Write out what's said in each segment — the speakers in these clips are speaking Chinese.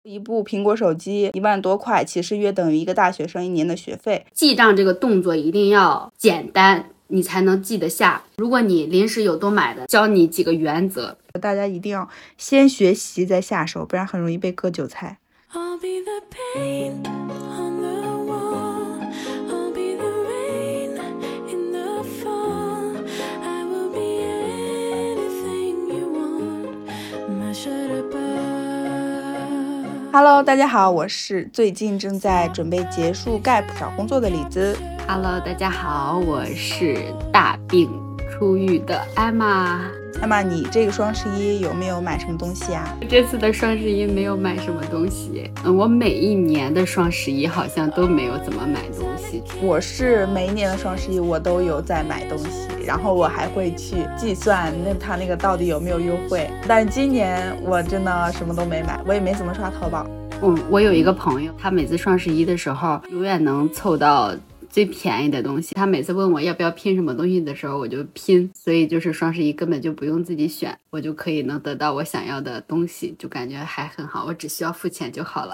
一部苹果手机1万多块，其实约等于一个大学生1年的学费。 记账这个动作一定要简单，你才能记得下。如果你临时有多买的，教你几个原则， 大家一定要先学习再下手，不然很容易被割韭菜。I'll be the pain on the wall, I'll be the rain in the fall, I will be anything you want, mash it up.Hello， 大家好，我是最近正在准备结束 Gap 找工作的李子。 Hello， 大家好，我是大病初愈的艾玛。 艾玛，你这个双11有没有买什么东西啊？ 这次的双11没有买什么东西。我每一年的双11好像都没有怎么买东西。 我是每一年的双11我都有在买东西，然后我还会去计算它那个到底有没有优惠。但是今年我真的什么都没买，我也没怎么刷淘宝。 我有一个朋友，他每次双11的时候永远能凑到最便宜的东西。他每次问我要不要拼什么东西的时候，我就拼，所以就是双11根本就不用自己选，我就可以能得到我想要的东西，就感觉还很好，我只需要付钱就好了。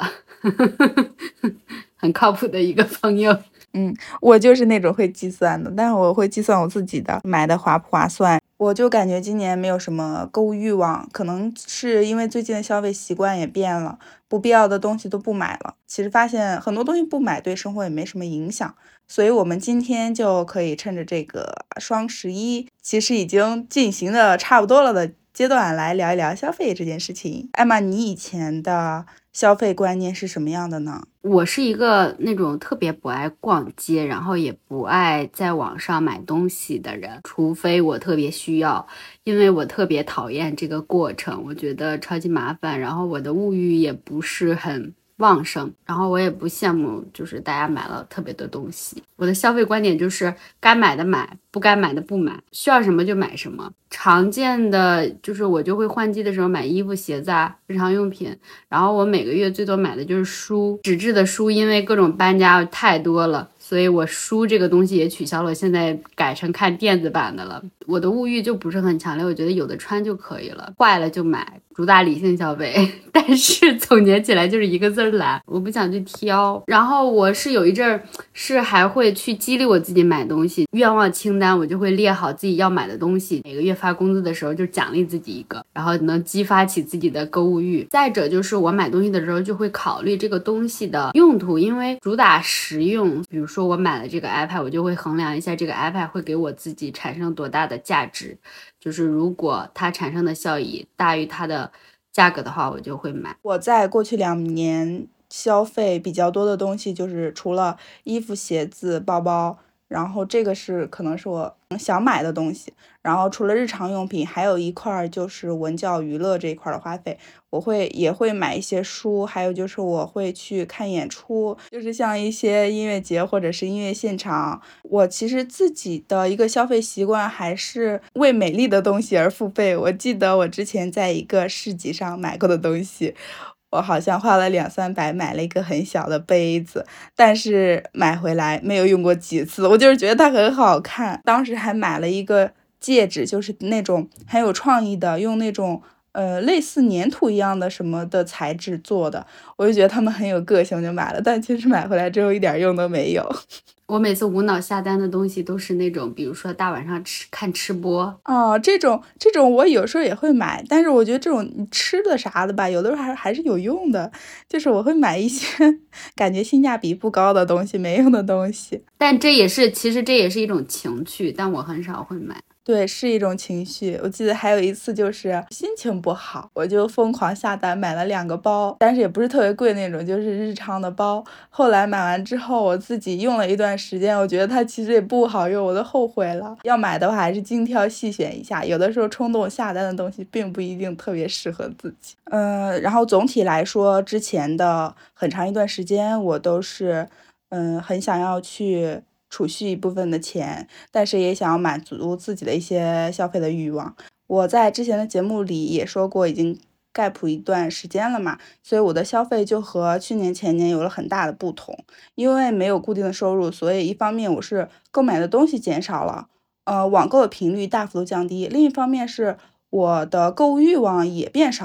很靠谱的一个朋友。 我就是那种会计算的，但是我会计算我自己的买的划不划算。我就感觉今年没有什么购物欲望，可能是因为最近的消费习惯也变了，不必要的东西都不买了。其实发现很多东西不买对生活也没什么影响，所以我们今天就可以趁着这个双11其实已经进行的差不多了的阶段来聊一聊消费这件事情。艾玛，你以前的消费观念是什么样的呢？ 我是一个那种特别不爱逛街，然后也不爱在网上买东西的人，除非我特别需要，因为我特别讨厌这个过程，我觉得超级麻烦，然后我的物欲也不是很旺盛，然后我也不羡慕就是大家买了特别多东西。我的消费观点就是该买的买，不该买的不买，需要什么就买什么。常见的就是我就会换季的时候买衣服鞋子啊，日常用品，然后我每个月最多买的就是书，纸质的书，因为各种搬家太多了，所以我书这个东西也取消了，现在改成看电子版的了。我的物欲就不是很强烈，我觉得有的穿就可以了，坏了就买，主打理性消费。但是总结起来就是一个字懒，我不想去挑。然后我是有一阵儿是还会去激励我自己买东西，愿望清单我就会列好自己要买的东西，每个月发工资的时候就奖励自己一个，然后能激发起自己的购物欲。再者就是我买东西的时候就会考虑这个东西的用途，因为主打实用，比如说我买了这个 iPad， 我就会衡量一下这个 iPad 会给我自己产生多大的价值，就是如果它产生的效益大于它的价格的话，我就会买。 我在过去2年消费比较多的东西就是除了衣服、鞋子、包包，然后这个是可能是我想买的东西，然后除了日常用品，还有一块就是文教娱乐这一块的花费，我也会买一些书，还有就是我会去看演出，就是像一些音乐节或者是音乐现场。我其实自己的一个消费习惯还是为美丽的东西而付费。我记得我之前在一个市集上买过的东西，我好像花了200-300买了一个很小的杯子，但是买回来没有用过几次，我就是觉得它很好看。当时还买了一个戒指，就是那种很有创意的，用那种类似粘土一样的什么的材质做的，我就觉得他们很有个性，我就买了，但其实买回来之后一点用都没有。 我每次无脑下单的东西都是那种，比如说大晚上看吃播这种我有时候也会买，但是我觉得这种吃的啥的吧，有的时候还是有用的，就是我会买一些感觉性价比不高的东西，没用的东西。 但其实这也是一种情趣，但我很少会买。 对，是一种情绪。我记得还有一次就是心情不好，我就疯狂下单买了2个包，但是也不是特别贵那种，就是日常的包。后来买完之后，我自己用了一段时间，我觉得它其实也不好用，我都后悔了。要买的话还是精挑细选一下，有的时候冲动下单的东西并不一定特别适合自己。然后总体来说，之前的很长一段时间我都是很想要去储蓄一部分的钱，但是也想要满足自己的一些消费的欲望。我在之前的节目里也说过，已经gap一段时间了嘛，所以我的消费就和去年前年有了很大的不同。因为没有固定的收入，所以一方面我是购买的东西减少了，网购的频率大幅度降低，另一方面是我的购物欲望也变少了。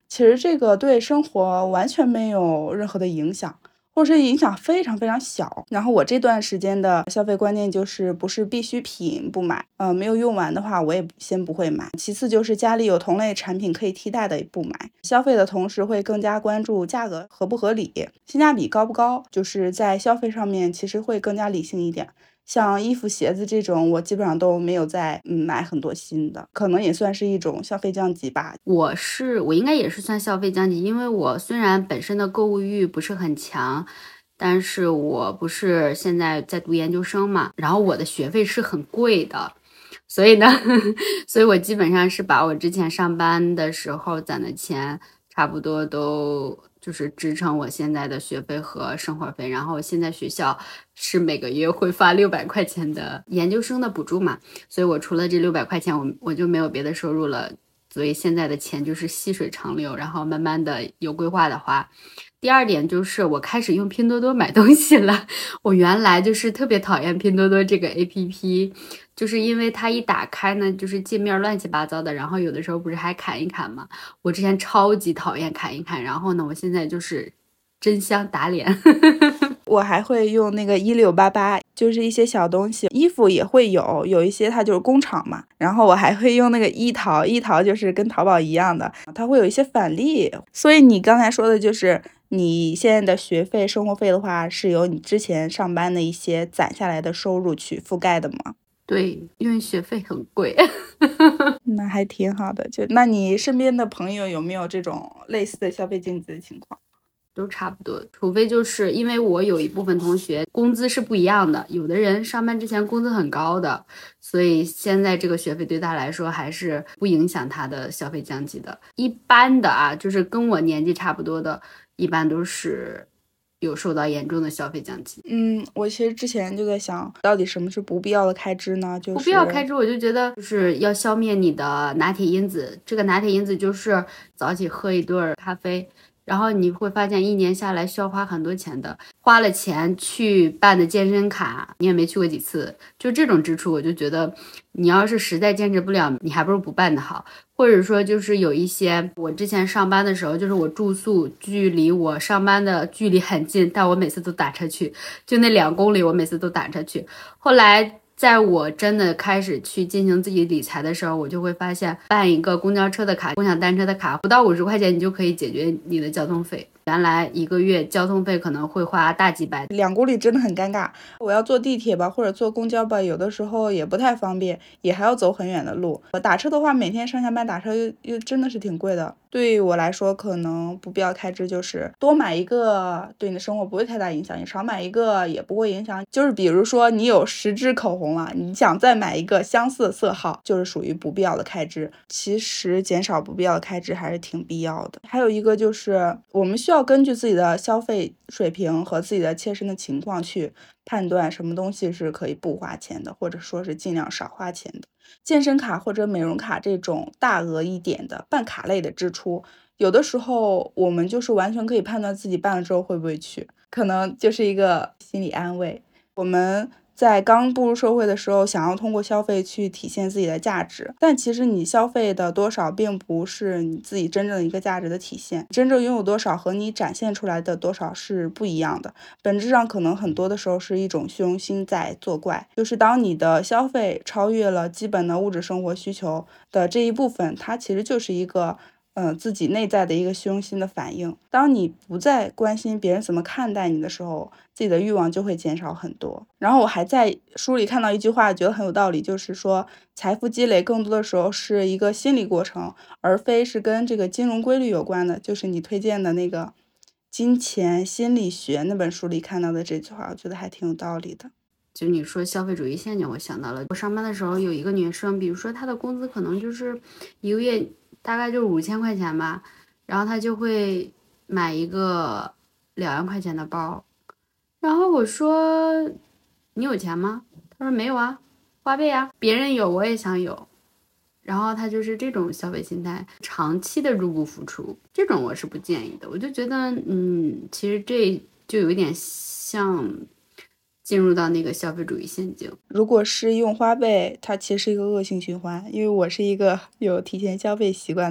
其实这个对生活完全没有任何的影响，或者是影响非常非常小。然后我这段时间的消费观念就是不是必需品不买，没有用完的话我也先不会买。其次就是家里有同类产品可以替代的也不买。消费的同时会更加关注价格合不合理，性价比高不高，就是在消费上面其实会更加理性一点。像衣服鞋子这种我基本上都没有再买很多新的，可能也算是一种消费降级吧。 我应该也是算消费降级，因为我虽然本身的购物欲不是很强，但是我不是现在在读研究生嘛，然后我的学费是很贵的，所以呢所以我基本上是把我之前上班的时候攒的钱差不多都就是支撑我现在的学费和生活费，然后现在学校是每个月会发600块钱的研究生的补助嘛，所以我除了这600块钱我就没有别的收入了，所以现在的钱就是细水长流，然后慢慢的有规划的花。第二点就是我开始用拼多多买东西了，我原来就是特别讨厌拼多多这个 APP， 就是因为它一打开呢就是界面乱七八糟的，然后有的时候不是还砍一砍嘛，我之前超级讨厌砍一砍，然后呢我现在就是真香打脸我还会用那个1688，就是一些小东西，衣服也会有一些它就是工厂嘛。然后我还会用那个一淘，一淘就是跟淘宝一样的，它会有一些返利。所以你刚才说的就是你现在的学费、生活费的话，是由你之前上班的一些攒下来的收入去覆盖的吗？ 对，因为学费很贵那还挺好的。那你身边的朋友有没有这种类似的消费禁止的情况？ 都差不多，除非就是因为我有一部分同学工资是不一样的，有的人上班之前工资很高的，所以现在这个学费对他来说还是不影响他的消费降级的。一般的啊，就是跟我年纪差不多的，一般都是有受到严重的消费降级。 我其实之前就在想，到底什么是不必要的开支呢？ 不必要开支，我就觉得就是要消灭你的拿铁因子。这个拿铁因子就是早起喝一顿咖啡，然后你会发现一年下来需要花很多钱的，花了钱去办的健身卡你也没去过几次，就这种支出我就觉得你要是实在坚持不了，你还不如不办的好。或者说就是有一些我之前上班的时候，就是我住宿距离我上班的距离很近，但我每次都打车去，就那2公里我每次都打车去。后来在我真的开始去进行自己理财的时候，我就会发现办一个公交车的卡、共享单车的卡，不到50块钱你就可以解决你的交通费。原来一个月交通费可能会花大几百 ，2公里真的很尴尬。我要坐地铁吧，或者坐公交吧，有的时候也不太方便，也还要走很远的路。打车的话，每天上下班打车又真的是挺贵的。对于我来说，可能不必要开支就是多买一个，对你的生活不会太大影响；你少买一个也不会影响。就是比如说你有10支口红了，你想再买一个相似的色号，就是属于不必要的开支。其实减少不必要的开支还是挺必要的。还有一个就是我们需要根据自己的消费水平和自己的切身的情况去判断什么东西是可以不花钱的，或者说是尽量少花钱的。健身卡或者美容卡这种大额一点的办卡类的支出，有的时候我们就是完全可以判断自己办了之后会不会去，可能就是一个心理安慰。我们在刚步入社会的时候，想要通过消费去体现自己的价值，但其实你消费的多少并不是你自己真正的一个价值的体现，真正拥有多少和你展现出来的多少是不一样的。本质上可能很多的时候是一种虚荣心在作怪，就是当你的消费超越了基本的物质生活需求的这一部分，它其实就是一个自己内在的一个虚荣心的反应。当你不再关心别人怎么看待你的时候，自己的欲望就会减少很多。然后我还在书里看到一句话，觉得很有道理，就是说财富积累更多的时候是一个心理过程，而非是跟这个金融规律有关的。就是你推荐的那个《金钱心理学》那本书里看到的这句话，我觉得还挺有道理的。 就你说消费主义陷阱，我想到了我上班的时候有一个女生，比如说她的工资可能就是一个月大概就是5000块钱吧，然后她就会买一个2万块钱的包，然后我说你有钱吗？她说没有啊，花呗啊，别人有我也想有，然后她就是这种消费心态，长期的入不敷出，这种我是不建议的。我就觉得其实这就有一点像进入到那个消费主义陷阱。 如果是用花呗，它其实是一个恶性循环，因为我是一个有提前消费习惯的人。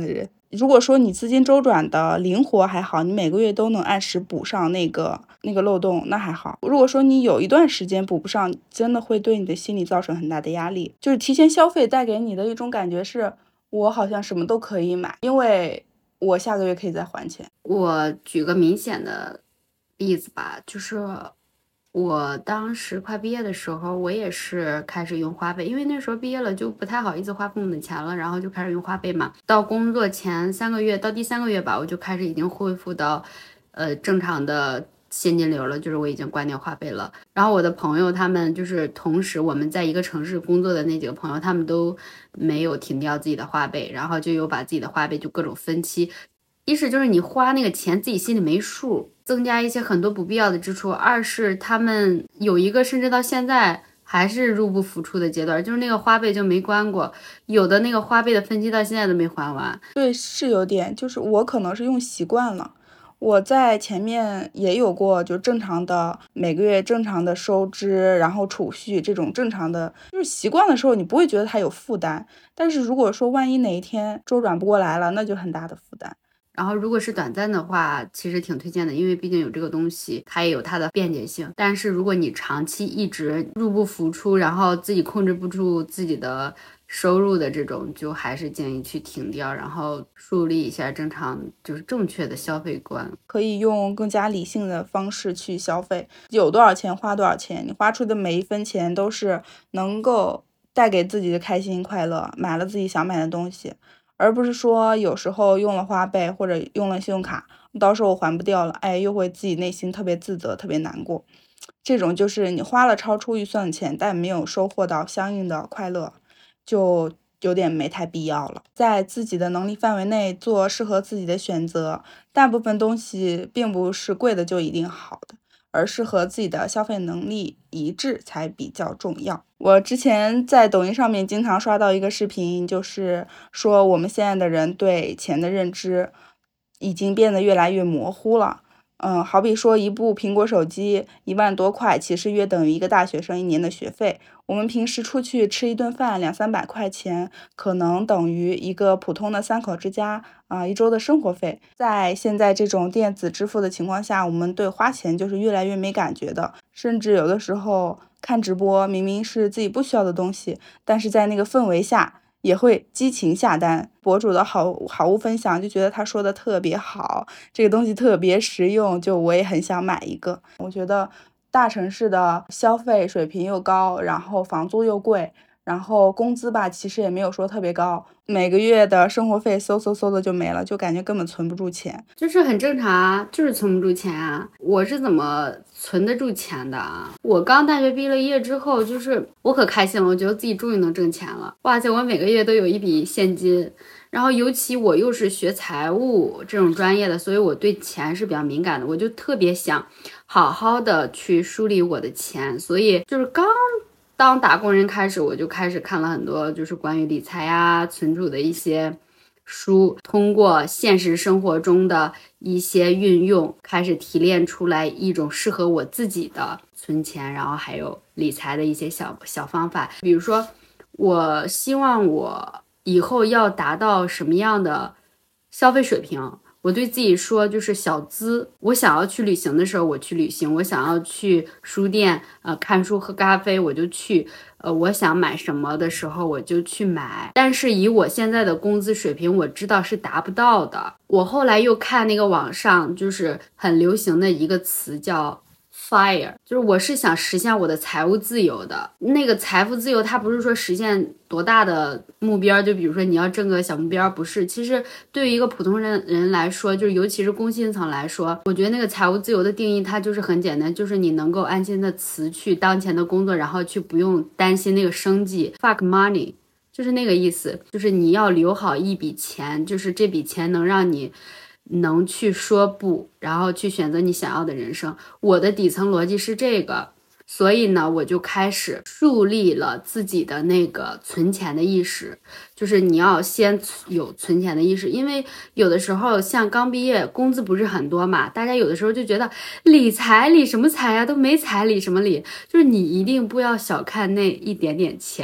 如果说你资金周转的灵活还好，你每个月都能按时补上那个漏洞，那还好。如果说你有一段时间补不上，真的会对你的心理造成很大的压力。就是提前消费带给你的一种感觉是，我好像什么都可以买，因为我下个月可以再还钱。 我举个明显的例子吧，就是我当时快毕业的时候，我也是开始用花呗，因为那时候毕业了就不太好意思花父母的钱了，然后就开始用花呗嘛。到工作前3个月，到第3个月吧，我就开始已经恢复到正常的现金流了，就是我已经关掉花呗了。然后我的朋友他们就是同时我们在一个城市工作的那几个朋友，他们都没有停掉自己的花呗，然后就有把自己的花呗就各种分期。一是就是你花那个钱自己心里没数，增加一些很多不必要的支出；二是他们有一个甚至到现在还是入不敷出的阶段，就是那个花呗就没关过，有的那个花呗的分期到现在都没还完。 对，是有点，就是我可能是用习惯了。我在前面也有过，就正常的每个月正常的收支，然后储蓄这种正常的，就是习惯的时候，你不会觉得它有负担。但是如果说万一哪一天周转不过来了，那就很大的负担。 然后如果是短暂的话，其实挺推荐的，因为毕竟有这个东西，它也有它的便捷性。但是如果你长期一直入不敷出，然后自己控制不住自己的收入的这种，就还是建议去停掉，然后树立一下正常就是正确的消费观。 可以用更加理性的方式去消费，有多少钱花多少钱，你花出的每一分钱都是能够带给自己的开心快乐，买了自己想买的东西。而不是说有时候用了花呗或者用了信用卡，到时候我还不掉了，哎，又会自己内心特别自责，特别难过。这种就是你花了超出预算的钱，但没有收获到相应的快乐，就有点没太必要了。在自己的能力范围内做适合自己的选择，大部分东西并不是贵的就一定好的。而是和自己的消费能力一致才比较重要。我之前在抖音上面经常刷到一个视频，就是说我们现在的人对钱的认知已经变得越来越模糊了。好比说一部苹果手机1万多块，其实约等于一个大学生1年的学费。我们平时出去吃一顿饭200-300块钱，可能等于一个普通的3口之家1周的生活费。在现在这种电子支付的情况下，我们对花钱就是越来越没感觉的，甚至有的时候看直播，明明是自己不需要的东西，但是在那个氛围下也会激情下单。博主的好物分享，就觉得他说的特别好，这个东西特别实用，就我也很想买一个。我觉得大城市的消费水平又高，然后房租又贵，然后工资吧其实也没有说特别高，每个月的生活费嗖的就没了，就感觉根本存不住钱。 就是很正常啊，就是存不住钱啊。我是怎么存得住钱的啊？我刚大学毕了业之后，就是我可开心了，我觉得自己终于能挣钱了。哇塞，我每个月都有一笔现金。然后尤其我又是学财务这种专业的，所以我对钱是比较敏感的，我就特别想好好的去梳理我的钱。所以就是刚当打工人开始，我就开始看了很多就是关于理财呀、存储的一些书，通过现实生活中的一些运用，开始提炼出来一种适合我自己的存钱，然后还有理财的一些小方法。比如说，我希望我以后要达到什么样的消费水平，我对自己说就是小资。我想要去旅行的时候我去旅行，我想要去书店看书喝咖啡我就去，我想买什么的时候我就去买。但是以我现在的工资水平，我知道是达不到的。我后来又看那个网上就是很流行的一个词叫FIRE， 就是我是想实现我的财务自由的。那个财富自由它不是说实现多大的目标，就比如说你要挣个小目标，不是。其实对于一个普通人来说，就是尤其是工薪层来说，我觉得那个财务自由的定义它就是很简单，就是你能够安心的辞去当前的工作，然后去不用担心那个生计。 fuck money 就是那个意思，就是你要留好一笔钱，就是这笔钱能让你能去说不，然后去选择你想要的人生。我的底层逻辑是这个，所以呢，我就开始树立了自己的那个存钱的意识，就是你要先有存钱的意识。因为有的时候像刚毕业，工资不是很多嘛，大家有的时候就觉得理财理什么财呀，都没财理什么理，就是你一定不要小看那一点点钱。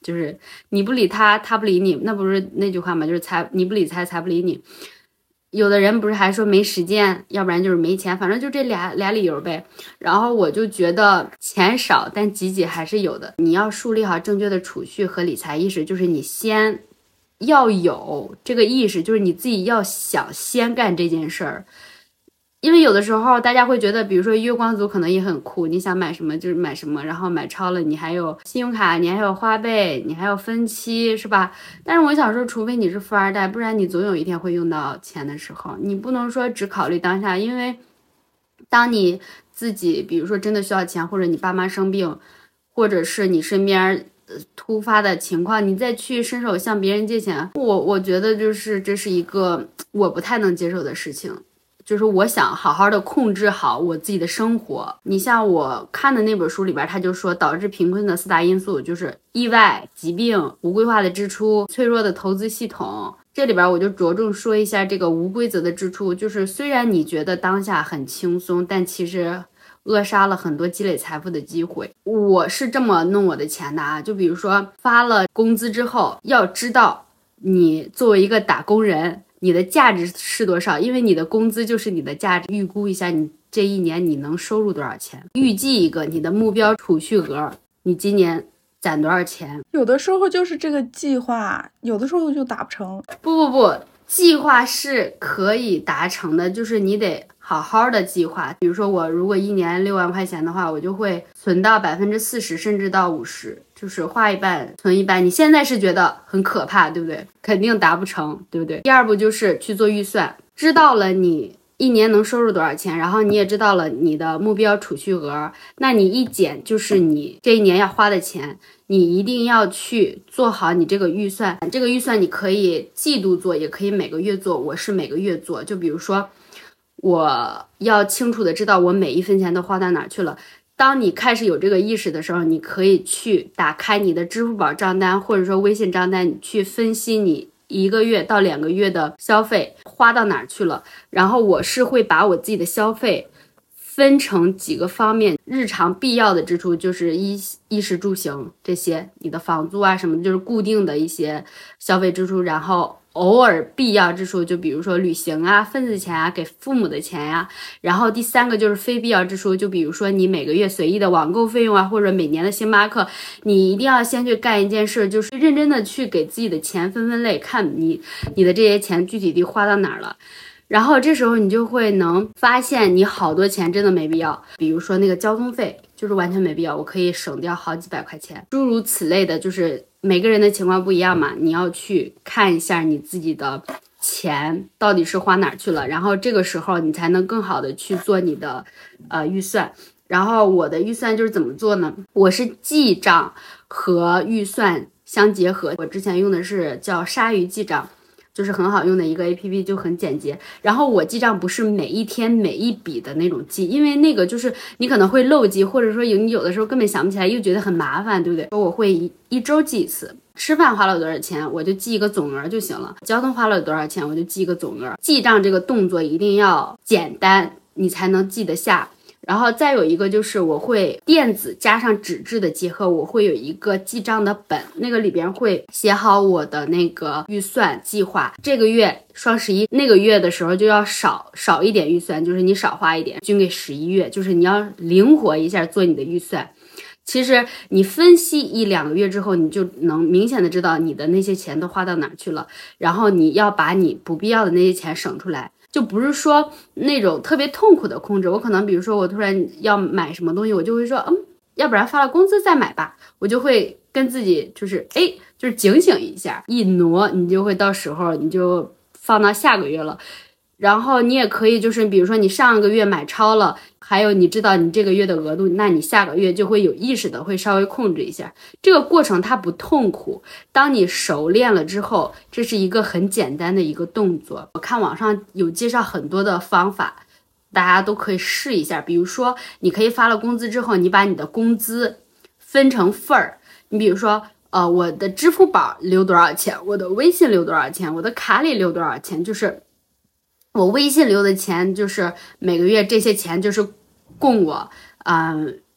就是你不理他，他不理你，那不是那句话吗？就是你不理财，财不理你。有的人不是还说没时间，要不然就是没钱，反正就这俩理由呗。然后我就觉得钱少，但积极还是有的。你要树立好正确的储蓄和理财意识，就是你先要有这个意识，就是你自己要想先干这件事儿。因为有的时候大家会觉得，比如说月光族可能也很酷，你想买什么就是买什么，然后买超了你还有信用卡，你还有花呗，你还有分期，是吧？但是我想说，除非你是富二代，不然你总有一天会用到钱的时候，你不能说只考虑当下，因为当你自己比如说真的需要钱，或者你爸妈生病，或者是你身边突发的情况，你再去伸手向别人借钱，我觉得就是这是一个我不太能接受的事情。就是我想好好的控制好我自己的生活。你像我看的那本书里边，他就说导致贫困的4大因素就是意外、疾病、无规划的支出、脆弱的投资系统。这里边我就着重说一下这个无规则的支出，就是虽然你觉得当下很轻松，但其实扼杀了很多积累财富的机会。我是这么弄我的钱的啊，就比如说发了工资之后，要知道你作为一个打工人，你的价值是多少？因为你的工资就是你的价值。预估一下你这一年你能收入多少钱，预计一个你的目标储蓄额，你今年攒多少钱。 有的时候就是这个计划，有的时候就达不成。 不，计划是可以达成的，就是你得好好的计划。比如说我如果一年6万块钱的话，我就会存到40%甚至到50%，就是花一半存一半。你现在是觉得很可怕，对不对？肯定达不成，对不对？第二步就是去做预算，知道了你一年能收入多少钱，然后你也知道了你的目标储蓄额，那你一减就是你这一年要花的钱，你一定要去做好你这个预算。这个预算你可以季度做，也可以每个月做，我是每个月做。就比如说我要清楚的知道我每一分钱都花到哪去了。当你开始有这个意识的时候，你可以去打开你的支付宝账单或者说微信账单，你去分析你1个月到2个月的消费花到哪去了。然后我是会把我自己的消费分成几个方面，日常必要的支出就是衣食住行这些，你的房租啊什么的，就是固定的一些消费支出。然后偶尔必要支出，就比如说旅行啊、份子钱啊、给父母的钱呀。然后第3个就是非必要支出，就比如说你每个月随意的网购费用啊，或者每年的星巴克，你一定要先去干一件事，就是认真的去给自己的钱分类，看你的这些钱具体地花到哪儿了。然后这时候你就会能发现你好多钱真的没必要，比如说那个交通费就是完全没必要，我可以省掉好几百块钱，诸如此类的。就是每个人的情况不一样嘛，你要去看一下你自己的钱到底是花哪去了，然后这个时候你才能更好的去做你的预算。然后我的预算就是怎么做呢？我是记账和预算相结合，我之前用的是叫鲨鱼记账，就是很好用的一个 APP， 就很简洁。然后我记账不是每一天每一笔的那种记，因为那个就是你可能会漏记，或者说你有的时候根本想不起来，又觉得很麻烦，对不对？我会一周记一次。吃饭花了多少钱，我就记一个总额就行了。交通花了多少钱，我就记一个总额。记账这个动作一定要简单，你才能记得下。然后再有一个就是我会电子加上纸质的结合，我会有一个记账的本，那个里边会写好我的那个预算计划。这个月双11那个月的时候就要少一点预算，就是你少花一点，均给11月，就是你要灵活一下做你的预算。其实你分析1-2个月之后，你就能明显的知道你的那些钱都花到哪去了，然后你要把你不必要的那些钱省出来。就不是说那种特别痛苦的控制，我可能比如说我突然要买什么东西，我就会说要不然发了工资再买吧，我就会跟自己就是警醒一下，一挪你就会到时候你就放到下个月了。然后你也可以就是比如说你上个月买超了，还有你知道你这个月的额度，那你下个月就会有意识的会稍微控制一下。这个过程它不痛苦，当你熟练了之后，这是一个很简单的一个动作。我看网上有介绍很多的方法，大家都可以试一下。比如说你可以发了工资之后，你把你的工资分成份儿，你比如说我的支付宝留多少钱，我的微信留多少钱，我的卡里留多少钱，就是我微信留的钱就是每个月这些钱就是供我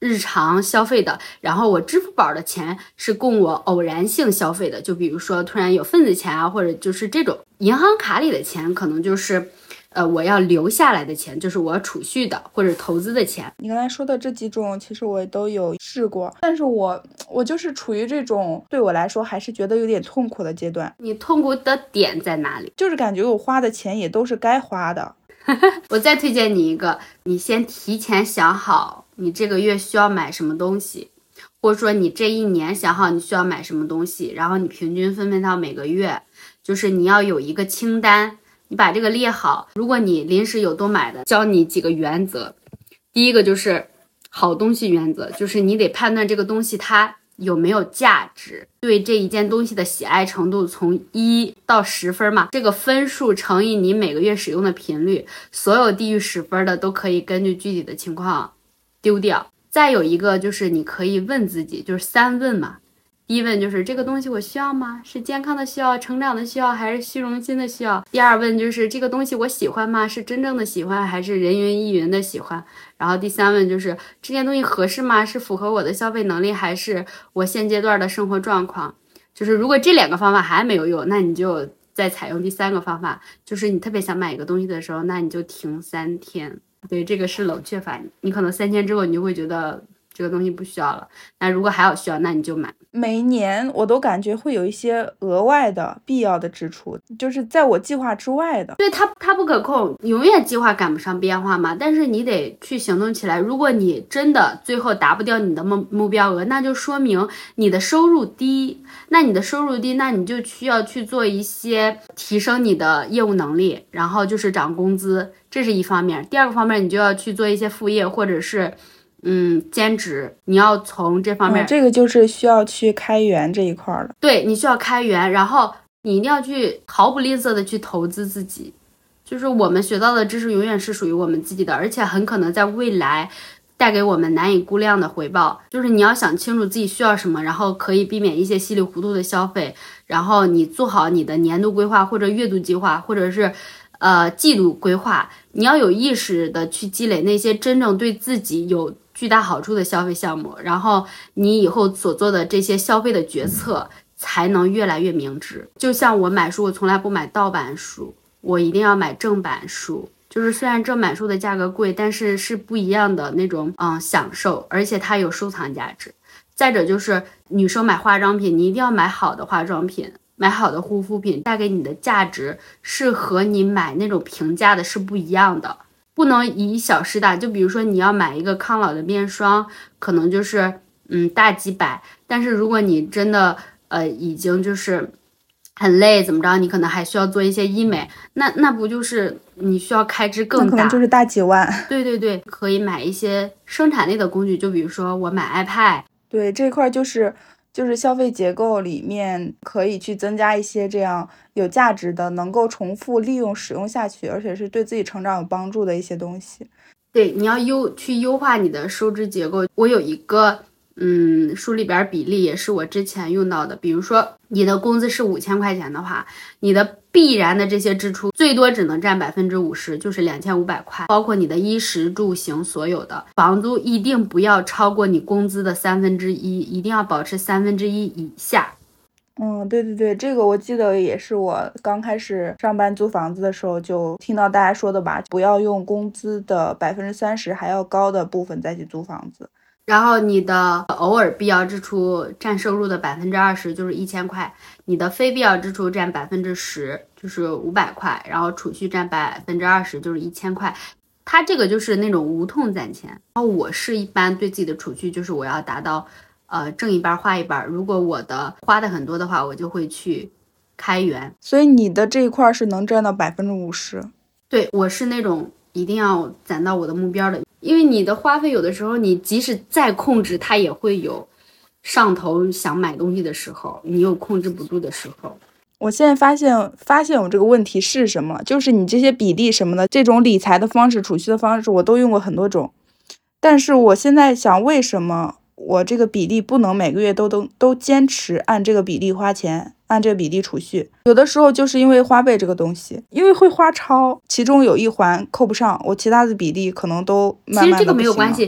日常消费的，然后我支付宝的钱是供我偶然性消费的，就比如说突然有份子钱啊，或者就是这种。银行卡里的钱可能就是我要留下来的钱，就是我要储蓄的或者投资的钱。 你刚才说的这几种其实我都有试过，但是我就是处于这种对我来说还是觉得有点痛苦的阶段。 你痛苦的点在哪里？ 就是感觉我花的钱也都是该花的。 我再推荐你一个，你先提前想好你这个月需要买什么东西，或者说你这一年想好你需要买什么东西，然后你平均分配到每个月，就是你要有一个清单，你把这个列好。如果你临时有多买的，教你几个原则。第一个就是好东西原则，就是你得判断这个东西它有没有价值，对这一件东西的喜爱程度从1到10分嘛，这个分数乘以你每个月使用的频率，所有低于10分的都可以根据具体的情况丢掉。再有一个就是你可以问自己，就是3问嘛。第一问就是这个东西我需要吗？是健康的需要、成长的需要，还是虚荣心的需要？第二问就是这个东西我喜欢吗？是真正的喜欢，还是人云亦云的喜欢？然后第三问就是这件东西合适吗？是符合我的消费能力，还是我现阶段的生活状况？就是如果这2个方法还没有用，那你就再采用第3个方法，就是你特别想买一个东西的时候，那你就停3天。对，这个是冷却法，你可能3天之后你就会觉得这个东西不需要了，那如果还有需要，那你就买。 每一年我都感觉会有一些额外的必要的支出，就是在我计划之外的。 对，它不可控，永远计划赶不上变化嘛，但是你得去行动起来。如果你真的最后达不掉你的目标额，那就说明你的收入低，那你就需要去做一些提升你的业务能力，然后就是涨工资，这是一方面。第二个方面，你就要去做一些副业或者是兼职，你要从这方面， 这个就是需要去开源这一块了。 对，你需要开源，然后你一定要去毫不吝啬的去投资自己。就是我们学到的知识永远是属于我们自己的，而且很可能在未来带给我们难以估量的回报。就是你要想清楚自己需要什么，然后可以避免一些稀里糊涂的消费，然后你做好你的年度规划或者月度计划，或者是季度规划，你要有意识的去积累那些真正对自己有巨大好处的消费项目，然后你以后所做的这些消费的决策才能越来越明智。就像我买书，我从来不买盗版书，我一定要买正版书。就是虽然正版书的价格贵，但是是不一样的那种享受，而且它有收藏价值。再者就是女生买化妆品，你一定要买好的化妆品，买好的护肤品，带给你的价值是和你买那种平价的是不一样的，不能以小失大。就比如说你要买一个康老的面霜，可能就是大几百，但是如果你真的已经就是很累怎么着，你可能还需要做一些医美，那不就是你需要开支更大， 那可能就是大几万。 对对对，可以买一些生产类的工具，就比如说我买 iPad。 对，这块就是消费结构里面可以去增加一些这样有价值的，能够重复利用使用下去，而且是对自己成长有帮助的一些东西。 对，你要去优化你的收支结构。我有一个书里边比例也是我之前用到的，比如说你的工资是5000块钱的话，你的必然的这些支出最多只能占50%，就是2500块，包括你的衣食住行所有的。房租一定不要超过你工资的1/3，一定要保持1/3以下。 对对对，这个我记得也是我刚开始上班租房子的时候就听到大家说的吧，不要用工资的30%还要高的部分再去租房子。 然后你的偶尔必要支出占收入的20%，就是1000块，你的非必要支出占10%，就是500块，然后储蓄占20%，就是1000块。它这个就是那种无痛攒钱。然后我是一般对自己的储蓄就是我要达到挣一半花一半，如果我的花的很多的话，我就会去开源。 所以你的这一块是能占到50%。 对，我是那种一定要攒到我的目标的。因为你的花费有的时候你即使再控制，它也会有上头想买东西的时候，你有控制不住的时候。 我现在发现我这个问题是什么，就是你这些比例什么的，这种理财的方式、储蓄的方式我都用过很多种，但是我现在想，为什么我这个比例不能每个月都坚持按这个比例花钱，按这个比例储蓄？有的时候就是因为花呗这个东西，因为会花超，其中有一环扣不上，我其他的比例可能都慢慢的不行了。 其实这个没有关系，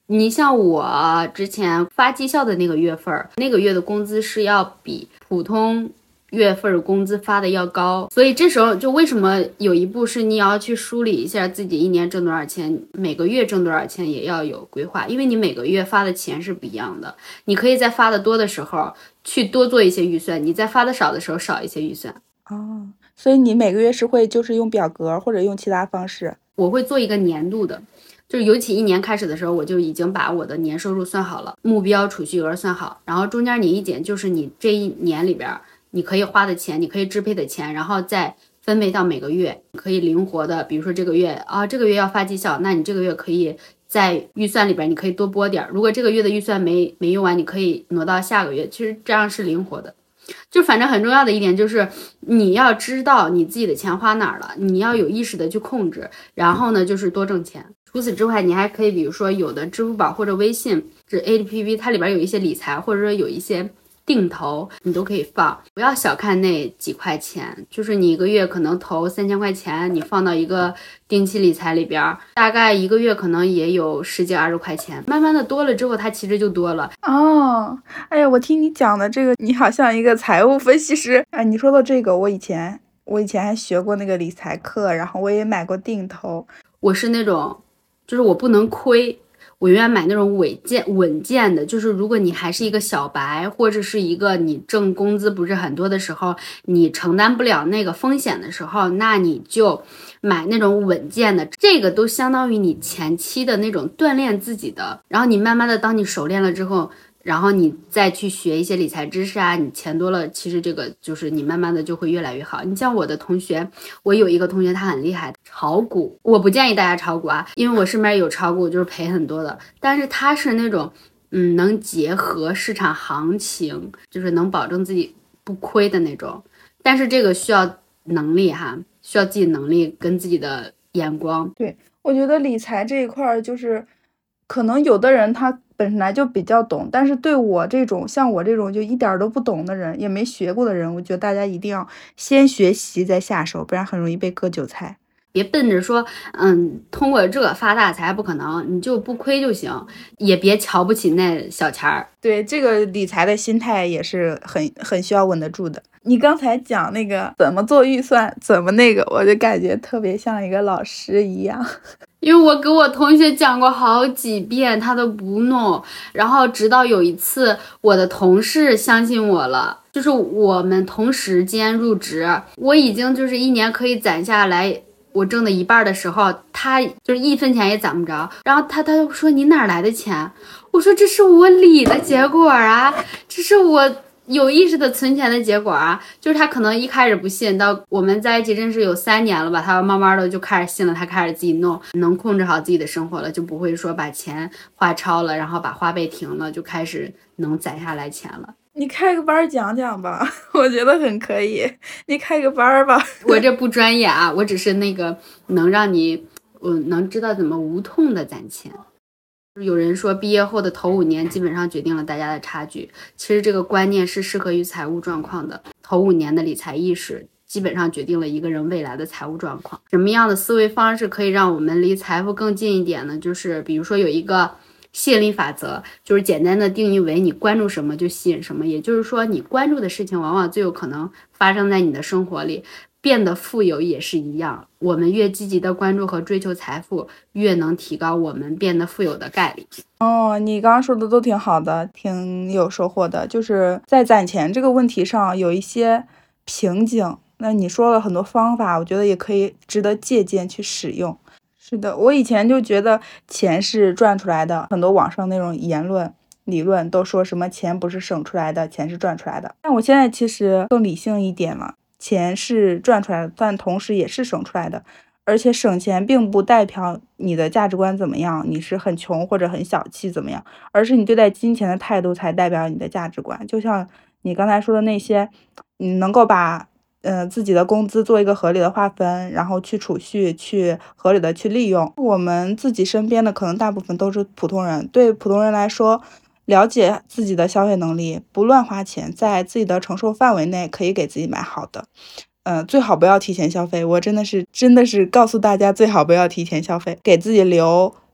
你像我之前发绩效的那个月份，那个月的工资是要比普通月份工资发的要高，所以这时候就为什么有一步是你要去梳理一下自己一年挣多少钱，每个月挣多少钱也要有规划，因为你每个月发的钱是不一样的，你可以在发的多的时候去多做一些预算，你在发的少的时候少一些预算。 哦，所以你每个月是会就是用表格或者用其他方式？ 我会做一个年度的，就是尤其一年开始的时候，我就已经把我的年收入算好了，目标储蓄额算好，然后中间你一减就是你这一年里边你可以花的钱，你可以支配的钱，然后再分配到每个月，可以灵活的，比如说这个月这个月要发绩效，那你这个月可以在预算里边你可以多拨点，如果这个月的预算没用完，你可以挪到下个月，其实这样是灵活的。就反正很重要的一点就是你要知道你自己的钱花哪儿了，你要有意识的去控制，然后呢就是多挣钱。除此之外，你还可以比如说有的支付宝或者微信这 APP 它里边有一些理财，或者说有一些定投，你都可以放。不要小看那几块钱，就是你一个月可能投3000块钱，你放到一个定期理财里边，大概一个月可能也有10几20块钱，慢慢的多了之后它其实就多了。 哦，哎呀，我听你讲的这个，你好像一个财务分析师。哎，你说到这个，我以前还学过那个理财课，然后我也买过定投。 我是那种就是我不能亏，我永远买那种稳健的，就是如果你还是一个小白，或者是一个你挣工资不是很多的时候，你承担不了那个风险的时候，那你就买那种稳健的，这个都相当于你前期的那种锻炼自己的，然后你慢慢的当你熟练了之后，然后你再去学一些理财知识啊，你钱多了，其实这个就是你慢慢的就会越来越好。你像我的同学，我有一个同学他很厉害，炒股，我不建议大家炒股啊，因为我身边有炒股就是赔很多的，但是他是那种能结合市场行情，就是能保证自己不亏的那种，但是这个需要能力哈，需要自己能力跟自己的眼光。 对，我觉得理财这一块就是可能有的人他本来就比较懂，但是对我这种像我这种就一点都不懂的人，也没学过的人，我觉得大家一定要先学习再下手，不然很容易被割韭菜。 别奔着说通过这发大财，不可能，你就不亏就行，也别瞧不起那小钱儿。 对，这个理财的心态也是很需要稳得住的。你刚才讲那个怎么做预算，怎么那个，我就感觉特别像一个老师一样。 因为我给我同学讲过好几遍，他都不弄，然后直到有一次我的同事相信我了，就是我们同时间入职，我已经就是一年可以攒下来我挣的一半的时候，他就是1分钱也攒不着，然后他就说你哪来的钱？我说这是我理的结果啊，这是我有意识的存钱的结果啊，就是他可能一开始不信，到我们在一起认识有3年了吧，他慢慢的就开始信了，他开始自己弄，能控制好自己的生活了，就不会说把钱花超了，然后把花呗停了，就开始能攒下来钱了。 你开个班讲讲吧，我觉得很可以，你开个班吧。 我这不专业啊，我只是那个能让你能知道怎么无痛的攒钱。有人说毕业后的头5年基本上决定了大家的差距，其实这个观念是适合于财务状况的。头5年的理财意识基本上决定了一个人未来的财务状况。什么样的思维方式可以让我们离财富更近一点呢？就是比如说有一个吸引力法则，就是简单的定义为你关注什么就吸引什么，也就是说你关注的事情往往最有可能发生在你的生活里。变得富有也是一样，我们越积极的关注和追求财富，越能提高我们变得富有的概率。 哦，你刚刚说的都挺好的，挺有收获的，就是在攒钱这个问题上有一些瓶颈，那你说了很多方法，我觉得也可以值得借鉴去使用。是的，我以前就觉得钱是赚出来的，很多网上那种言论理论都说什么钱不是省出来的，钱是赚出来的，但我现在其实更理性一点了，钱是赚出来的，但同时也是省出来的，而且省钱并不代表你的价值观怎么样，你是很穷或者很小气怎么样，而是你对待金钱的态度才代表你的价值观。就像你刚才说的那些，你能够把自己的工资做一个合理的划分，然后去储蓄，去合理的去利用。我们自己身边的可能大部分都是普通人，对普通人来说，了解自己的消费能力，不乱花钱，在自己的承受范围内可以给自己买好的。最好不要提前消费，我真的是告诉大家最好不要提前消费，给自己留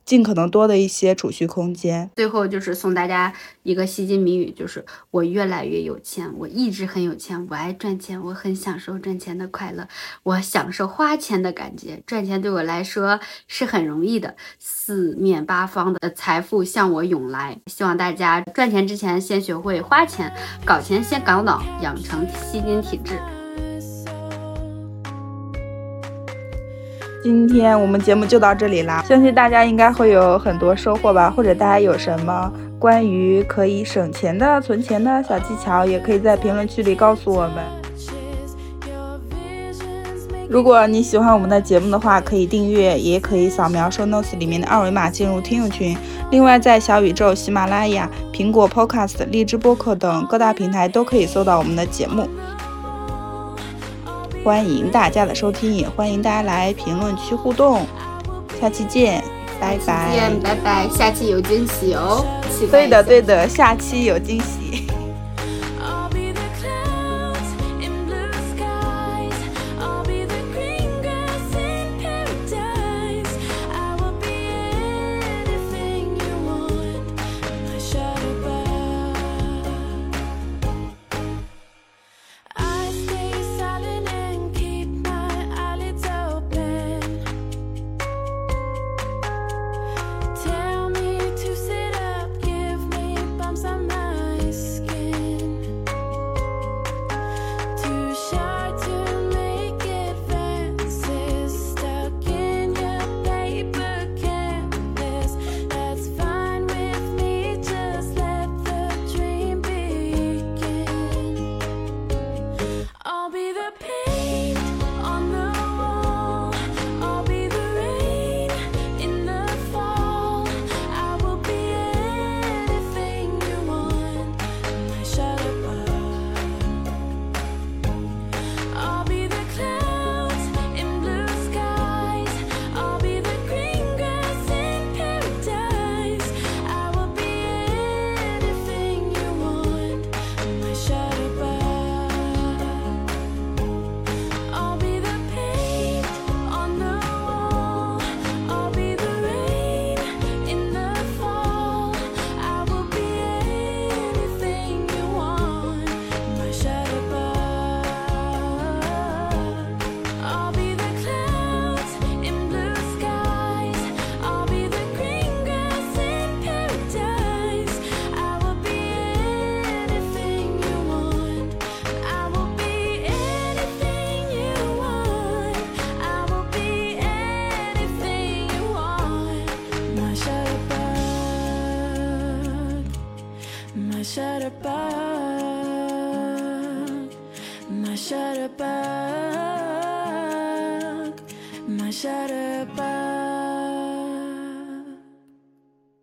尽可能多的一些储蓄空间。 最后就是送大家一个吸金谜语，就是我越来越有钱，我一直很有钱，我爱赚钱，我很享受赚钱的快乐，我享受花钱的感觉，赚钱对我来说是很容易的，四面八方的财富向我涌来。希望大家赚钱之前先学会花钱，搞钱先搞脑，养成吸金体质。 今天我们节目就到这里啦，相信大家应该会有很多收获吧，或者大家有什么关于可以省钱的、存钱的小技巧，也可以在评论区里告诉我们。如果你喜欢我们的节目的话，可以订阅，也可以扫描 show notes 里面的二维码进入听友群。另外在小宇宙、喜马拉雅、苹果 Podcast、荔枝播客等各大平台都可以搜到我们的节目。欢迎大家的收听，也欢迎大家来评论区互动。下期见，拜拜。 拜拜，下期有惊喜哦。 对的，下期有惊喜。 My shutterbug, my shutterbug.